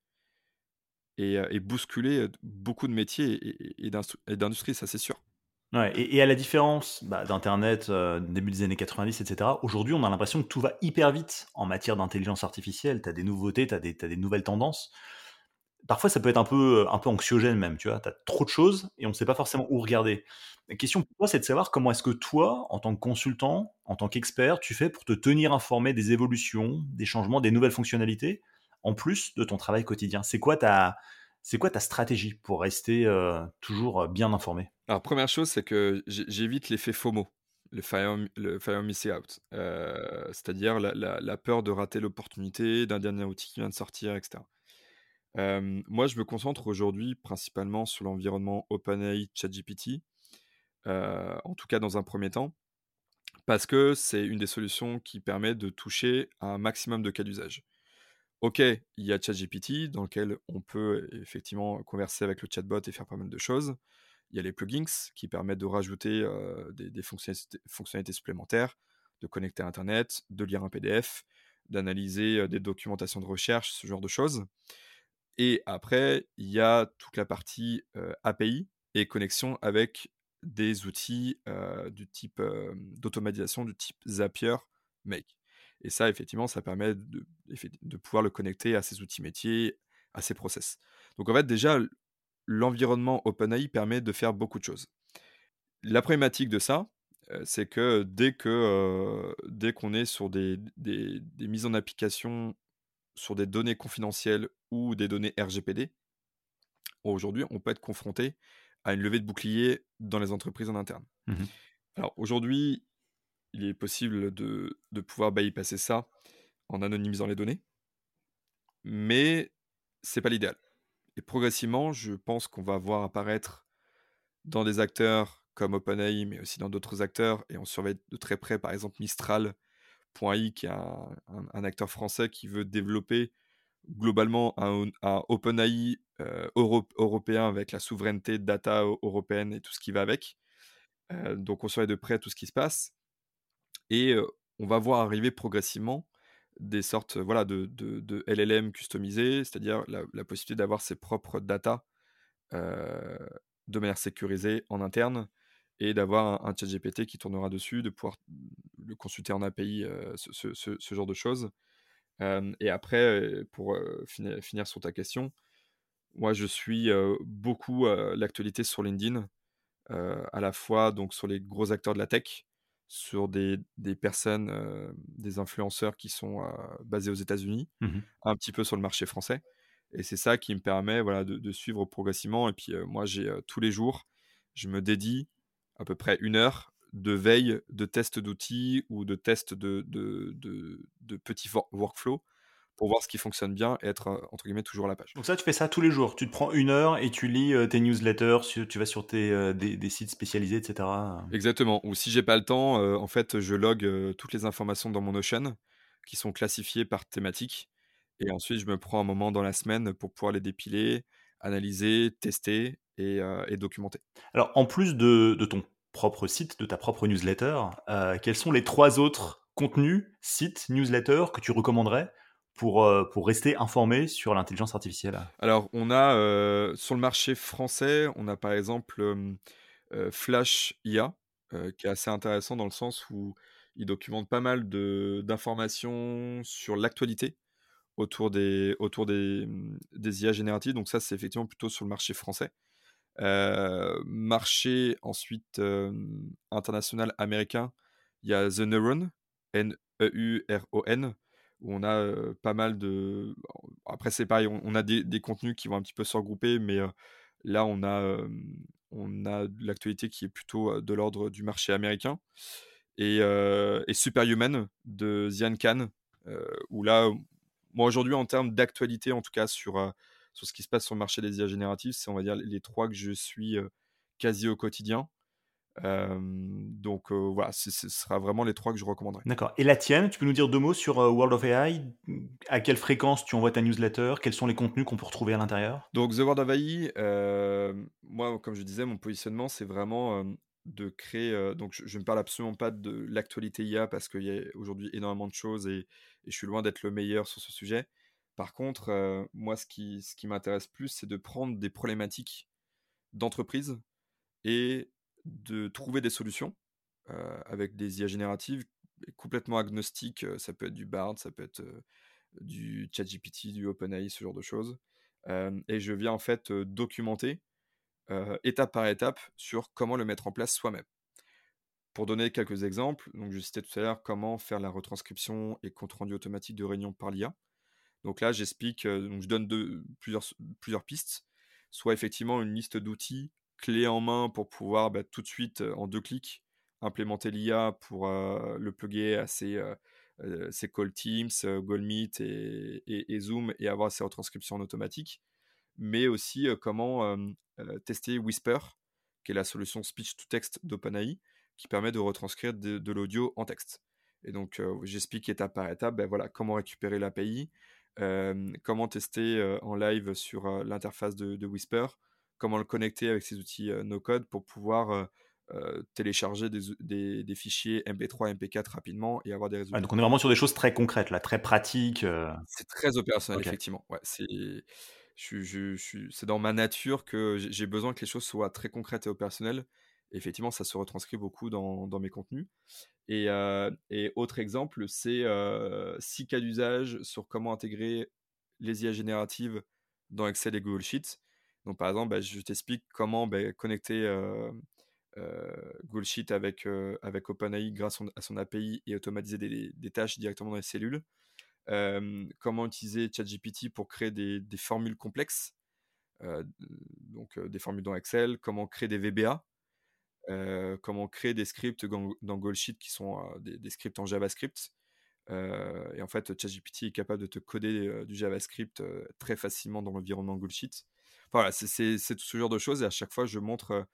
et heu et bousculer, heu, beaucoup de métiers et et et d'instru et d'industries, ça c'est sûr. Ouais et et à la différence, bah, d'internet, heu, début des années quatre-vingt-dix et cetera, aujourd'hui, on a l'impression que tout va hyper vite en matière d'intelligence artificielle. Tu as des nouveautés, tu as des tu des nouvelles tendances. Parfois, ça peut être un peu, un peu anxiogène même, tu vois? Tu as trop de choses et on ne sait pas forcément où regarder. La question pour toi, c'est de savoir comment est-ce que toi, en tant que consultant, en tant qu'expert, tu fais pour te tenir informé des évolutions, des changements, des nouvelles fonctionnalités, en plus de ton travail quotidien? C'est quoi ta c'est quoi ta stratégie pour rester, heu, toujours, heu, bien informé? Alors première chose, c'est que j'é j'évite l'effet FOMO, le Fear of le Fear of Missing Out, heu, c'est-à-dire la la la peur de rater l'opportunité d'un dernier outil qui vient de sortir et cetera. Hem, moi, je me concentre aujourd'hui principalement sur l'environnement OpenAI, ChatGPT, heu, en tout cas dans un premier temps, parce que c'est une des solutions qui permet de toucher à un maximum de cas d'usage. OK, il y a ChatGPT dans lequel on peut effectivement converser avec le chatbot et faire pas mal de choses. Il y a les plugins qui permettent de rajouter, heu, des des fonctionnalités fonctionnalités supplémentaires, de connecter à internet, de lire un P D F, d'analyser, heu, des documentations de recherche, ce genre de choses et après, il y a toute la partie, heu, A P I et connexion avec des outils, heu, du type, hem, d'automatisation du type Zapier, Make. Et ça, effectivement, ça permet de effect de pouvoir le connecter à ses outils métiers, à ses process. Donc en fait, déjà, l l'environnement OpenAI permet de faire beaucoup de choses. La problématique de ça, heu, c'est que dès que, heu, dès qu'on est sur des des des mises en application sur des données confidentielles ou des données R G P D, aujourd'hui, on peut être confronté à une levée de boucliers dans les entreprises en interne. Mmh. Alors aujourd'hui, il est possible de de pouvoir bypasser ça en anonymisant les données, mais c'est pas l'idéal. Et progressivement, je pense qu'on va voir apparaître dans des acteurs comme OpenAI, mais aussi dans d'autres acteurs, et on surveille de très près, par exemple, Mistral point i, qui est un, un- un acteur français qui veut développer globalement un, un OpenAI euh, euro- européen avec la souveraineté de data eu- européenne et tout ce qui va avec. Euh, donc on surveille de près tout ce qui se passe, et euh, on va voir arriver progressivement des sortes euh, voilà, de, de- de L L M customisés, c'est-à-dire la, la possibilité d'avoir ses propres data heu, de manière sécurisée en interne, et d'avoir un un ChatGPT qui tournera dessus, de pouvoir le consulter en A P I, heu, ce ce ce ce genre de choses. Hem Et après, heu, pour, heu, fini finir sur ta question, moi je suis, heu, beaucoup, heu, l'actualité sur LinkedIn, heu, à la fois donc sur les gros acteurs de la tech, sur des des personnes, heu, des influenceurs qui sont, heu, basés aux États-Unis, Mmh. un petit peu sur le marché français, et c'est ça qui me permet, voilà, de de suivre progressivement. Et puis, heu, moi j'ai, heu, tous les jours, je me dédie à peu près une heure de veille, de test d'outils ou de test de de de de petits for workflows pour voir ce qui fonctionne bien et être, heu, entre guillemets «toujours à la page». Donc ça, tu fais ça tous les jours? Tu te prends une heure et tu lis, heu, tes newsletters, su tu vas sur tes, heu, des des sites spécialisés et cetera, heu? Exactement, ou si j'ai pas le temps, heu, en fait, je log, heu, toutes les informations dans mon Notion qui sont classifiées par thématique, et ensuite je me prends un moment dans la semaine pour pouvoir les dépiler, analyser, tester et heu et documenter. Alors en plus de de ton propre site, de ta propre newsletter, heu, quels sont les trois autres contenus, sites, newsletters que tu recommanderais pour, heu, pour rester informé sur l'intelligence artificielle? Alors on a, heu, sur le marché français, on a par exemple, hem, heu, Flash I A, heu, qui est assez intéressant dans le sens où il documente pas mal de d'informations sur l'actualité autour des autour des, mmh, des I A génératives. Donc ça, c'est effectivement plutôt sur le marché français. Heu, marché ensuite, hem, international américain, il y a The Neuron, N E U R O N, où on a, heu, pas mal de après c'est pareil, on on a des des contenus qui vont un petit peu se regrouper, mais, heu, là on a, hem, on a de l'actualité qui est plutôt, heu, de l'ordre du marché américain, et heu et Superhuman de Zian Khan, heu, où là, moi aujourd'hui en termes d'actualité, en tout cas sur, heu, sur ce qui se passe sur le marché des I A génératives, c'est on va dire les trois que je suis, heu, quasi au quotidien. Hem, donc, heu, voilà, ce ce sera vraiment les trois que je recommanderais. D'accord, et la tienne, tu peux nous dire deux mots sur, heu, World of A I? Mmh, à quelle fréquence tu envoies ta newsletter? Quels sont les contenus qu'on peut retrouver à l'intérieur? Donc The World of A I, hem, moi, comme je disais, mon positionnement, c'est vraiment, hem, de créer, heu donc je je ne parle absolument pas de l'actualité I A parce qu'il y a aujourd'hui énormément de choses, et et je suis loin d'être le meilleur sur ce sujet. Par contre, heu, moi, ce qui ce qui m'intéresse plus, c'est de prendre des problématiques d'entreprise et de trouver des solutions, heu, avec des I A génératives complètement agnostiques, heu, ça peut être du Bard, ça peut être, heu, du ChatGPT, du OpenAI, ce genre de choses. Hem Et je viens en fait, heu, documenter, heu, étape par étape sur comment le mettre en place soi-même. Pour donner quelques exemples, donc je citais tout à l'heure comment faire la retranscription et compte rendu automatique de réunion par l'I A. Donc là, j'explique, heu, donc je donne de plusieurs s plusieurs pistes. Soit effectivement une liste d'outils clés en main pour pouvoir, bah, tout de suite, heu, en deux clics, implémenter l'I A pour, heu, le plugger à ses, heu heu, ses calls Teams, heu, Google Meet et et et Zoom, et avoir ses retranscriptions en automatique. Mais aussi, heu, comment, hem, heu, tester Whisper, qui est la solution speech to text d'OpenAI, qui permet de retranscrire de de l'audio en texte. Et donc, heu, j'explique étape par étape, ben voilà, comment récupérer l'A P I, hem, comment tester, heu, en live sur, heu, l'interface de de Whisper, comment le connecter avec ces outils, heu, no code pour pouvoir, heu heu, télécharger des ou des des fichiers M P trois, M P quatre rapidement et avoir des Ouais, résultats. donc on est vraiment sur des choses très concrètes là, très pratiques, heu, C'est très opérationnel, OK. effectivement. Ouais, c'est je suis je je suis c'est dans ma nature que j'ai j'ai besoin que les choses soient très concrètes et opérationnelles, Effectivement, ça se retranscrit beaucoup dans dans mes contenus et heu et autre exemple, c'est, heu, six cas d'usage sur comment intégrer les I A génératives dans Excel et Google Sheets. Donc par exemple, bah, je t'explique comment, beh, connecter, heu heu, Google Sheet avec, heu, avec OpenAI grâce son à son A P I et automatiser des des tâches directement dans les cellules. Hem, comment utiliser ChatGPT pour créer des des formules complexes, heu, donc heu, des formules dans Excel, comment créer des V B A, heu, comment créer des scripts dans dans Google Sheet qui sont, heu, des des scripts en JavaScript. Heu et en fait, ChatGPT est capable de te coder, heu, du JavaScript, heu, très facilement dans l'environnement Google Sheet. Enfin, voilà, c'est c'est c'est tout ce genre de choses et à chaque fois, je montre, heu,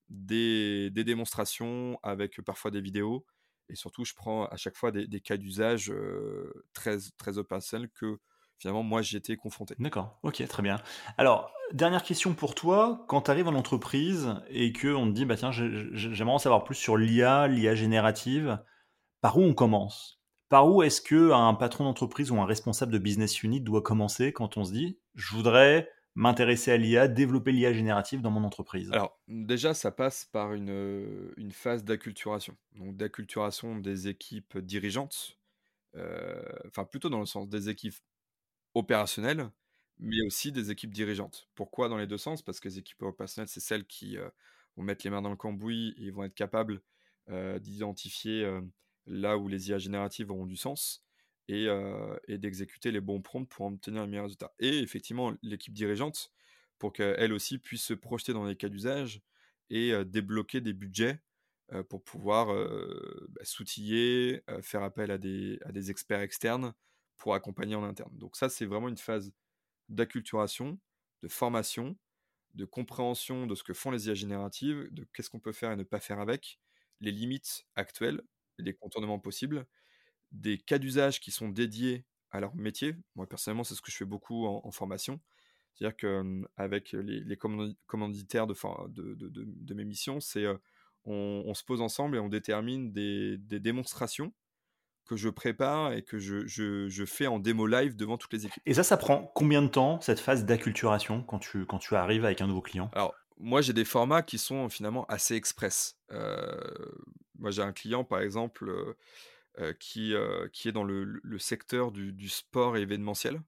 des des démonstrations avec, heu, parfois des vidéos et surtout, je prends à chaque fois des des cas d'usage, heu, très très opérationnels que finalement, moi, j'y étais confronté. D'accord, OK, très bien. Alors, dernière question pour toi, quand tu arrives en entreprise et qu'on te dit: «Bah, tiens, j'ai j'ai j'aimerais en savoir plus sur l'I A, l'I A générative», par où on commence? Par où est-ce qu'un patron d'entreprise ou un responsable de business unit doit commencer quand on se dit: «Je voudrais m'intéresser à l'I A, développer l'I A générative dans mon entreprise»? Alors, déjà, ça passe par une, heu, une phase d'acculturation. Donc d'acculturation des équipes dirigeantes, heu, enfin plutôt dans le sens des équipes opérationnelles, mais aussi des équipes dirigeantes. Pourquoi dans les deux sens? Parce que les équipes opérationnelles, c'est celles qui, heu, vont mettre les mains dans le cambouis et vont être capables, heu, d'identifier, heu, là où les I A génératives auront du sens et heu et d'exécuter les bons prompts pour obtenir les meilleurs résultats. Et effectivement, l'équipe dirigeante, pour qu'elle aussi puisse se projeter dans les cas d'usage et heu, débloquer des budgets, heu, pour pouvoir, heu, bah, s'outiller, heu, faire appel à des à des experts externes pour accompagner en interne. Donc ça, c'est vraiment une phase d'acculturation, de formation, de compréhension de ce que font les I A génératives, de qu'est-ce qu'on peut faire et ne pas faire avec, les limites actuelles, les contournements possibles, des cas d'usage qui sont dédiés à leur métier. Moi, personnellement, c'est ce que je fais beaucoup en, en formation. C'est-à-dire qu'avec les, les commandi- commanditaires de, for- de, de- de- de mes missions, c'est euh, on, on se pose ensemble et on détermine des, des démonstrations que je prépare et que je, je, je fais en démo live devant toutes les équipes. Et ça, ça prend combien de temps, cette phase d'acculturation, quand tu quand tu arrives avec un nouveau client? Alors, moi, j'ai des formats qui sont finalement assez express. Heu, moi, j'ai un client, par exemple, heu heu, qui, heu, qui est dans le le secteur du du sport événementiel.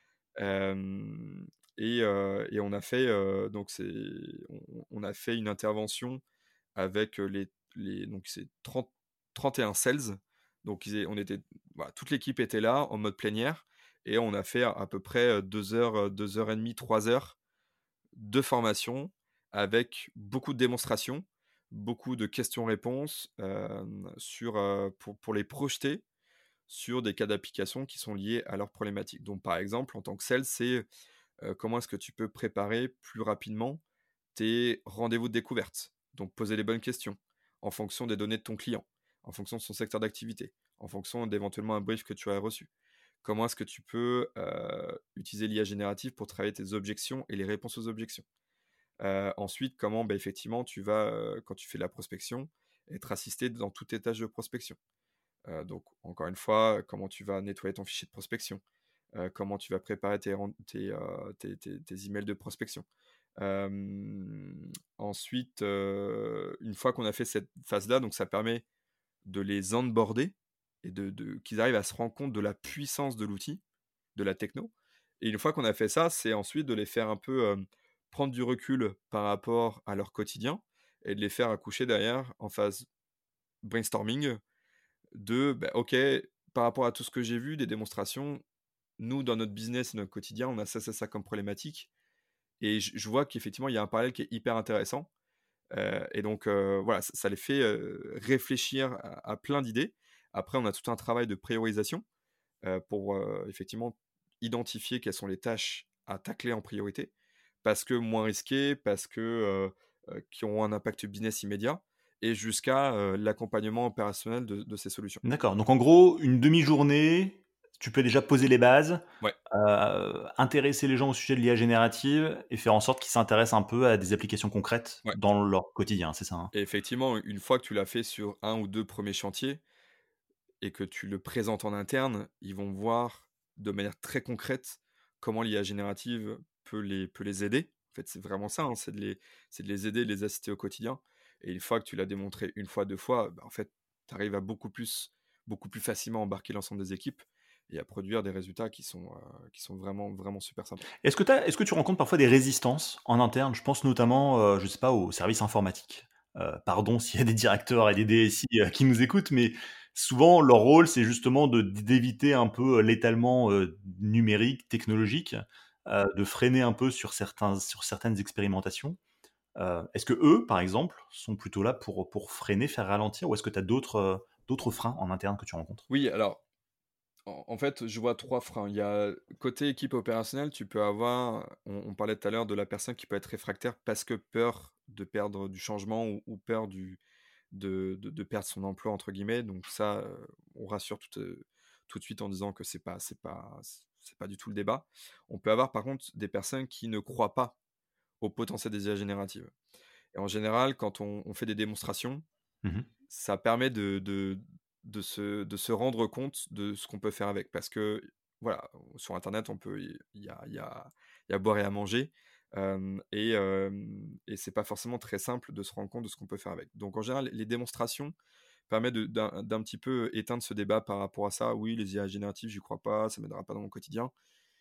Hem et heu et on a fait, heu, donc c'est on on a fait une intervention avec, heu, les les donc c'est trente trente et un sales. Donc ils é on était voilà, toute l'équipe était là en mode plénière et on a fait à peu près, heu, deux heures, heu, deux heures et demie, trois heures de formation avec beaucoup de démonstrations, beaucoup de questions-réponses, hem, sur, heu, pour pour les projeter sur des cas d'application qui sont liés à leurs problématiques. Donc par exemple, en tant que sales, c'est, heu, comment est-ce que tu peux préparer plus rapidement tes rendez-vous de découverte? Donc poser les bonnes questions en fonction des données de ton client, en fonction de son secteur d'activité, en fonction d'éventuellement un brief que tu as reçu. Comment est-ce que tu peux, heu, utiliser l'I A générative pour travailler tes objections et les réponses aux objections? Heu, ensuite, comment, bah, effectivement, tu vas, heu, quand tu fais de la prospection, être assisté dans toutes tes tâches de prospection. Heu, donc encore une fois, comment tu vas nettoyer ton fichier de prospection, heu, comment tu vas préparer tes ren tes, heu, tes tes tes emails de prospection. Hem, ensuite, heu, une fois qu'on a fait cette phase-là, donc ça permet de les onboarder et de de qu'ils arrivent à se rendre compte de la puissance de l'outil, de la techno. Et une fois qu'on a fait ça, c'est ensuite de les faire un peu, hem, prendre du recul par rapport à leur quotidien et de les faire accoucher derrière en phase brainstorming de, bah, OK, par rapport à tout ce que j'ai vu, des démonstrations, nous, dans notre business et notre quotidien, on a ça, ça, ça comme problématique et je je vois qu'effectivement, il y a un parallèle qui est hyper intéressant, heu et donc heu, voilà, ça ça les fait, heu, réfléchir à à plein d'idées. Après, on a tout un travail de priorisation, heu, pour, heu, effectivement identifier quelles sont les tâches à tacler en priorité. Parce que moins risquées, parce que, heu heu, qui auront un impact business immédiat et jusqu'à, heu, l'accompagnement opérationnel de de ces solutions. D'accord, donc en gros, une demi-journée, tu peux déjà poser les bases, Ouais, heu, intéresser les gens au sujet de l'I A générative et faire en sorte qu'ils s'intéressent un peu à des applications concrètes ouais dans leur quotidien, c'est ça, hein? et effectivement, une fois que tu l'as fait sur un ou deux premiers chantiers et que tu le présentes en interne, ils vont voir de manière très concrète comment l'I A générative peut les peut les aider. En fait, c'est vraiment ça, hein, c'est de les c'est de les aider, de les assister au quotidien Et une fois que tu l'as démontré une fois, deux fois, bah, en fait, tu arrives à beaucoup plus, beaucoup plus facilement embarquer l'ensemble des équipes et à produire des résultats qui sont, euh, qui sont vraiment, vraiment super sympas. Est-ce que, t'as- est-ce que tu rencontres parfois des résistances en interne? Je pense notamment, euh, je sais pas, au service informatique. Euh, pardon s'il y a des directeurs et des D S I euh, qui nous écoutent, mais souvent leur rôle, c'est justement de d'éviter un peu euh, l'étalement euh, numérique, technologique, euh, de freiner un peu sur certains, sur certaines expérimentations. Euh, est-ce que eux, par exemple, sont plutôt là pour, pour freiner, faire ralentir, ou est-ce que tu as d'autres euh, d'autres freins en interne que tu rencontres? Oui, alors, en, en fait, je vois trois freins. Il y a côté équipe opérationnelle, tu peux avoir, on, on parlait tout à l'heure de la personne qui peut être réfractaire parce que peur de perdre du changement ou, ou peur du, de, de, de perdre son emploi, entre guillemets. Donc ça, euh, on rassure tout, euh, tout de suite en disant que c'est pas, c'est pas, c'est pas du tout le débat. On peut avoir par contre des personnes qui ne croient pas au potentiel des I A génératives. Et en général, quand on, on fait des démonstrations, Mhm. ça permet de, de, de, se, de se rendre compte de ce qu'on peut faire avec. Parce que, voilà, sur Internet, on peut, il y a, il y a, il y a à boire et à manger. Euh, et euh, et c'est pas forcément très simple de se rendre compte de ce qu'on peut faire avec. Donc, en général, les démonstrations permettent de- d'un d'un petit peu éteindre ce débat par rapport à ça. Oui, les I A génératives, j'y crois pas, ça m'aidera pas dans mon quotidien.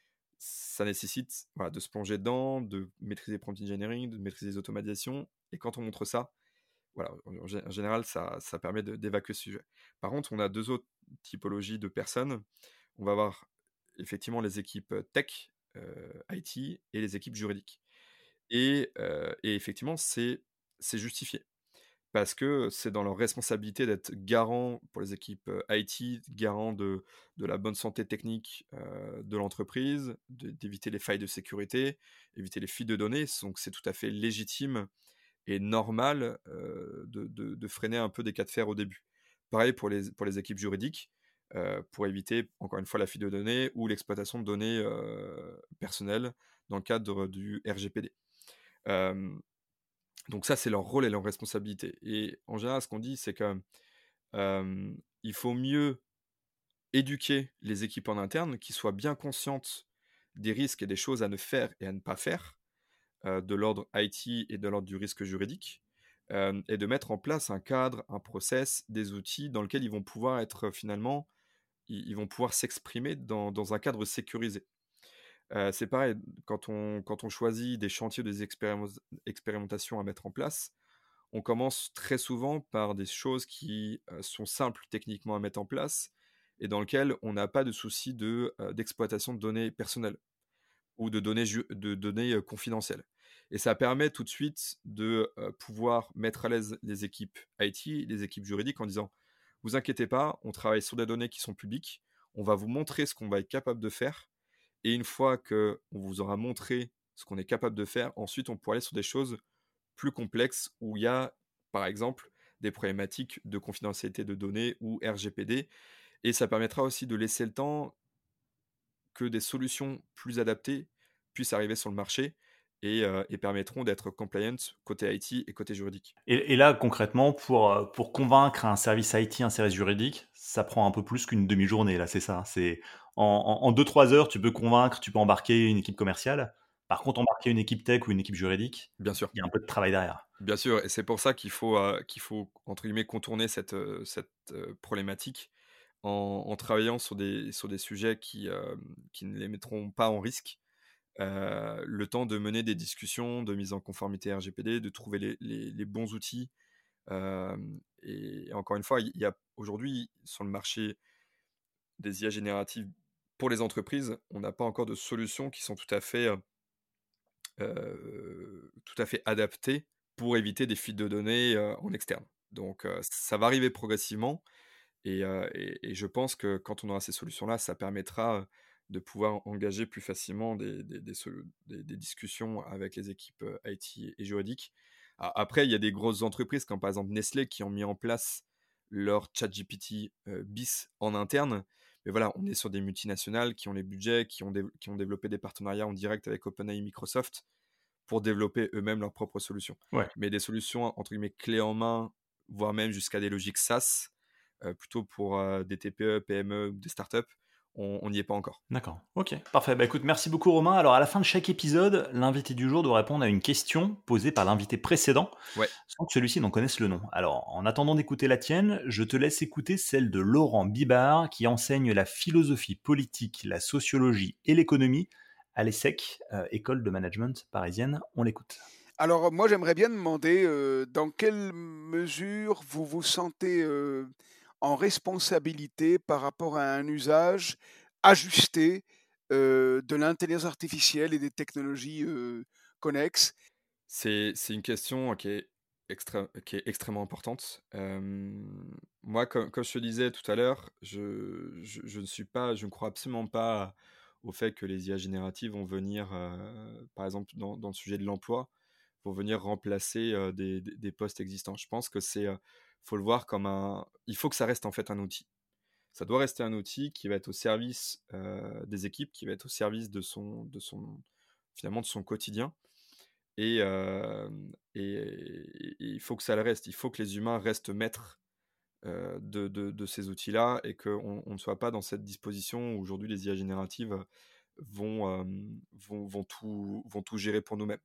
Ça nécessite, voilà, de se plonger dedans, de maîtriser prompt engineering, de maîtriser les automatisations. Et quand on montre ça, voilà, en, en gé- en général, ça, ça permet de- d'évacuer ce sujet. Par contre, on a deux autres typologies de personnes. On va avoir effectivement les équipes tech, euh, I T, et les équipes juridiques. Et, euh, et effectivement, c'est c'est justifié. Parce que c'est dans leur responsabilité d'être garant pour les équipes euh, I T, garant de, de la bonne santé technique euh, de l'entreprise, de- d'éviter les failles de sécurité, éviter les fuites de données. Donc c'est tout à fait légitime et normal euh, de, de- de freiner un peu des cas de fer au début. Pareil pour les, pour les équipes juridiques, euh, pour éviter encore une fois la fuite de données ou l'exploitation de données euh, personnelles dans le cadre du R G P D. Euh, donc ça, c'est leur rôle et leur responsabilité. Et en général, ce qu'on dit, c'est que euh, il faut mieux éduquer les équipes en interne qui soient bien conscientes des risques et des choses à ne faire et à ne pas faire, euh, de l'ordre I T et de l'ordre du risque juridique, euh, et de mettre en place un cadre, un process, des outils dans lesquels ils vont pouvoir être euh, finalement, ils, ils vont pouvoir s'exprimer dans, dans un cadre sécurisé. Euh, c'est pareil, quand on, quand on choisit des chantiers, des expériment- expérimentations à mettre en place, on commence très souvent par des choses qui euh, sont simples techniquement à mettre en place et dans lesquelles on n'a pas de souci de, euh, d'exploitation de données personnelles ou de données, ju- de données euh, confidentielles. Et ça permet tout de suite de euh, pouvoir mettre à l'aise les équipes I T, les équipes juridiques en disant, vous inquiétez pas, on travaille sur des données qui sont publiques, on va vous montrer ce qu'on va être capable de faire, et une fois qu'on vous aura montré ce qu'on est capable de faire, ensuite on pourra aller sur des choses plus complexes où il y a, par exemple, des problématiques de confidentialité de données ou R G P D. Et ça permettra aussi de laisser le temps que des solutions plus adaptées puissent arriver sur le marché et, euh, et permettront d'être compliant côté I T et côté juridique. Et, et là, concrètement, pour, euh, pour convaincre un service I T, un service juridique, ça prend un peu plus qu'une demi-journée, là, c'est ça. C'est en, en, en deux trois heures, tu peux convaincre, tu peux embarquer une équipe commerciale. Par contre, embarquer une équipe tech ou une équipe juridique, Bien sûr. il y a un peu de travail derrière. Bien sûr, et c'est pour ça qu'il faut, euh, qu'il faut entre guillemets, contourner cette, euh, cette euh, problématique en, en travaillant sur des, sur des sujets qui, euh, qui ne les mettront pas en risque. Euh, le temps de mener des discussions de mise en conformité R G P D, de trouver les, les- les bons outils. Euh, et encore une fois, il y a aujourd'hui sur le marché des I A génératives pour les entreprises, on n'a pas encore de solutions qui sont tout à fait, euh, tout à fait adaptées pour éviter des fuites de données euh, en externe. Donc euh, ça va arriver progressivement et, euh, et- et je pense que quand on aura ces solutions-là, ça permettra de pouvoir engager plus facilement des, des- des solu- des- des discussions avec les équipes euh, I T et juridiques. A- Après, il y a des grosses entreprises comme par exemple Nestlé qui ont mis en place leur ChatGPT euh, bis en interne. Mais voilà, on est sur des multinationales qui ont les budgets, qui ont, dé- qui ont développé des partenariats en direct avec OpenAI et Microsoft pour développer eux-mêmes leurs propres solutions. Ouais. Mais des solutions, entre guillemets, clés en main, voire même jusqu'à des logiques SaaS, euh, plutôt pour euh, des T P E, P M E ou des startups, on n'y est pas encore. D'accord, ok, parfait. Bah écoute, merci beaucoup Romain. Alors à la fin de chaque épisode, l'invité du jour doit répondre à une question posée par l'invité précédent, Ouais. sans que celui-ci n'en connaisse le nom. Alors en attendant d'écouter la tienne, je te laisse écouter celle de Laurent Bibard, qui enseigne la philosophie politique, la sociologie et l'économie à l'E S S E C, euh, école de management parisienne. On l'écoute. Alors moi j'aimerais bien demander euh, dans quelle mesure vous vous sentez euh, en responsabilité par rapport à un usage ajusté euh, de l'intelligence artificielle et des technologies euh, connexes. C'est, c'est une question qui est, extré- qui est extrêmement importante. Euh, moi, comme, comme je te disais tout à l'heure, je, je, je ne suis pas, je ne crois absolument pas au fait que les I A génératives vont venir, euh, par exemple, dans, dans le sujet de l'emploi, vont venir remplacer euh, des, des- des postes existants. Je pense que c'est, euh, faut le voir comme un, il faut que ça reste en fait un outil. Ça doit rester un outil qui va être au service euh, des équipes, qui va être au service de son, de son, finalement, de son quotidien. Et, euh, et, et il faut que ça le reste. Il faut que les humains restent maîtres euh, de, de, de ces outils-là et qu'on on ne soit pas dans cette disposition où aujourd'hui les I A génératives vont, euh, vont, vont, tout, vont tout gérer pour nous-mêmes.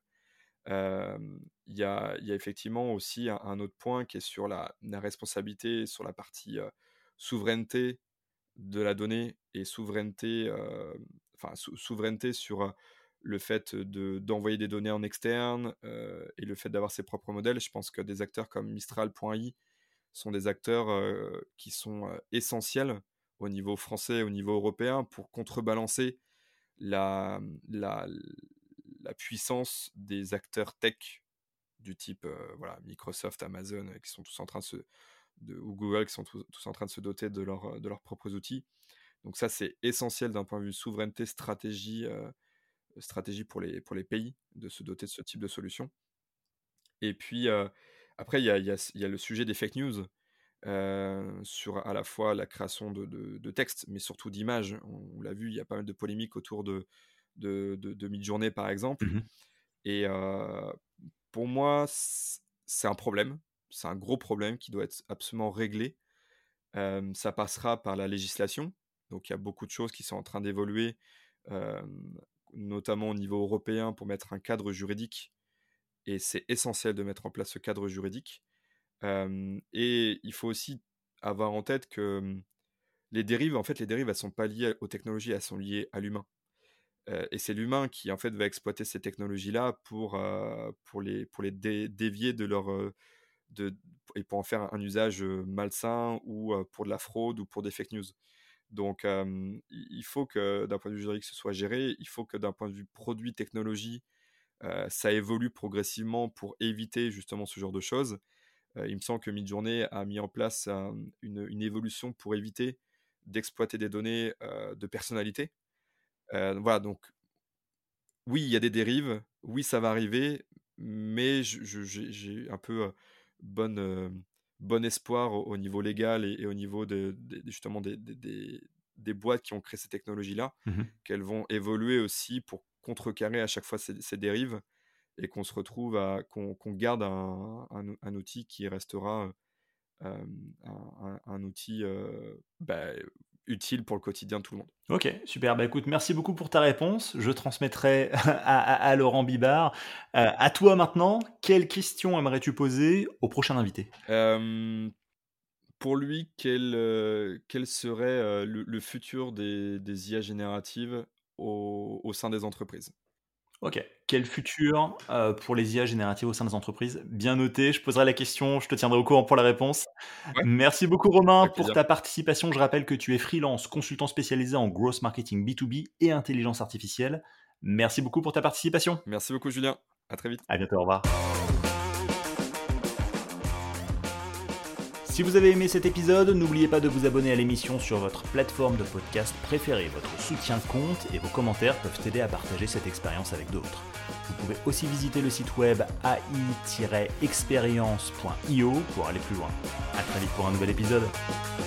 Euh, Il y, a, il y a effectivement aussi un, un autre point qui est sur la, la responsabilité, sur la partie euh, souveraineté de la donnée et souveraineté, euh, enfin, sou- souveraineté sur euh, le fait de, d'envoyer des données en externe euh, et le fait d'avoir ses propres modèles. Je pense que des acteurs comme Mistral point i sont des acteurs euh, qui sont euh, essentiels au niveau français, au niveau européen, pour contrebalancer la, la, la puissance des acteurs tech du type euh, voilà, Microsoft, Amazon, euh, qui sont tous en train de se, de, ou Google, qui sont tous, tous en train de se doter de, leur, de leurs propres outils. Donc ça, c'est essentiel d'un point de vue souveraineté, stratégie, euh, stratégie pour les, pour les pays, de se doter de ce type de solution. Et puis, euh, après, il y a, y, a, y a le sujet des fake news, euh, sur à la fois la création de, de, de textes, mais surtout d'images. On, on l'a vu, il y a pas mal de polémiques autour de, de, de, de Midjourney, par exemple. Mhm. Et euh, pour moi, c'est un problème. C'est un gros problème qui doit être absolument réglé. Euh, ça passera par la législation. Donc il y a beaucoup de choses qui sont en train d'évoluer, euh, notamment au niveau européen, pour mettre un cadre juridique. Et c'est essentiel de mettre en place ce cadre juridique. Euh, et il faut aussi avoir en tête que les dérives, en fait, les dérives, elles sont pas liées aux technologies, elles sont liées à l'humain. Euh, et c'est l'humain qui, en fait, va exploiter ces technologies-là pour, euh, pour les, pour les dé- dévier de leur... Euh, de, et pour en faire un usage malsain ou euh, pour de la fraude ou pour des fake news. Donc, euh, il faut que d'un point de vue juridique, ce soit géré. Il faut que d'un point de vue produit, technologie, euh, ça évolue progressivement pour éviter justement ce genre de choses. Euh, il me semble que Midjourney a mis en place euh, une, une évolution pour éviter d'exploiter des données euh, de personnalité. Euh, voilà, donc oui, il y a des dérives, oui, ça va arriver, mais je- je- j'ai j'ai un peu euh, bonne, euh, bon espoir au, au niveau légal et, et au niveau de, de- justement des, des- des- des boîtes qui ont créé ces technologies-là, Mhm. qu'elles vont évoluer aussi pour contrecarrer à chaque fois ces, ces dérives et qu'on se retrouve à qu'on qu'on garde un, un- un outil qui restera euh, un, un- un outil euh, bah, utile pour le quotidien de tout le monde. Ok, super. Bah écoute, merci beaucoup pour ta réponse. Je transmettrai à, à- à Laurent Bibard. Euh, à toi maintenant, quelle question aimerais-tu poser au prochain invité? Euh, pour lui, quel, euh, quel serait euh, le, le futur des, des I A génératives au, au sein des entreprises? Ok. Quel futur euh, pour les I A génératives au sein des entreprises? Bien noté, je poserai la question, je te tiendrai au courant pour la réponse. Ouais, Merci beaucoup Romain avec pour plaisir. ta participation. Je rappelle que tu es freelance, consultant spécialisé en growth marketing B deux B et intelligence artificielle. Merci beaucoup pour ta participation. Merci beaucoup, Julien. À très vite. À bientôt, au revoir. Si vous avez aimé cet épisode, n'oubliez pas de vous abonner à l'émission sur votre plateforme de podcast préférée. Votre soutien compte et vos commentaires peuvent aider à partager cette expérience avec d'autres. Vous pouvez aussi visiter le site web a i tiret expérience point i o pour aller plus loin. À très vite pour un nouvel épisode.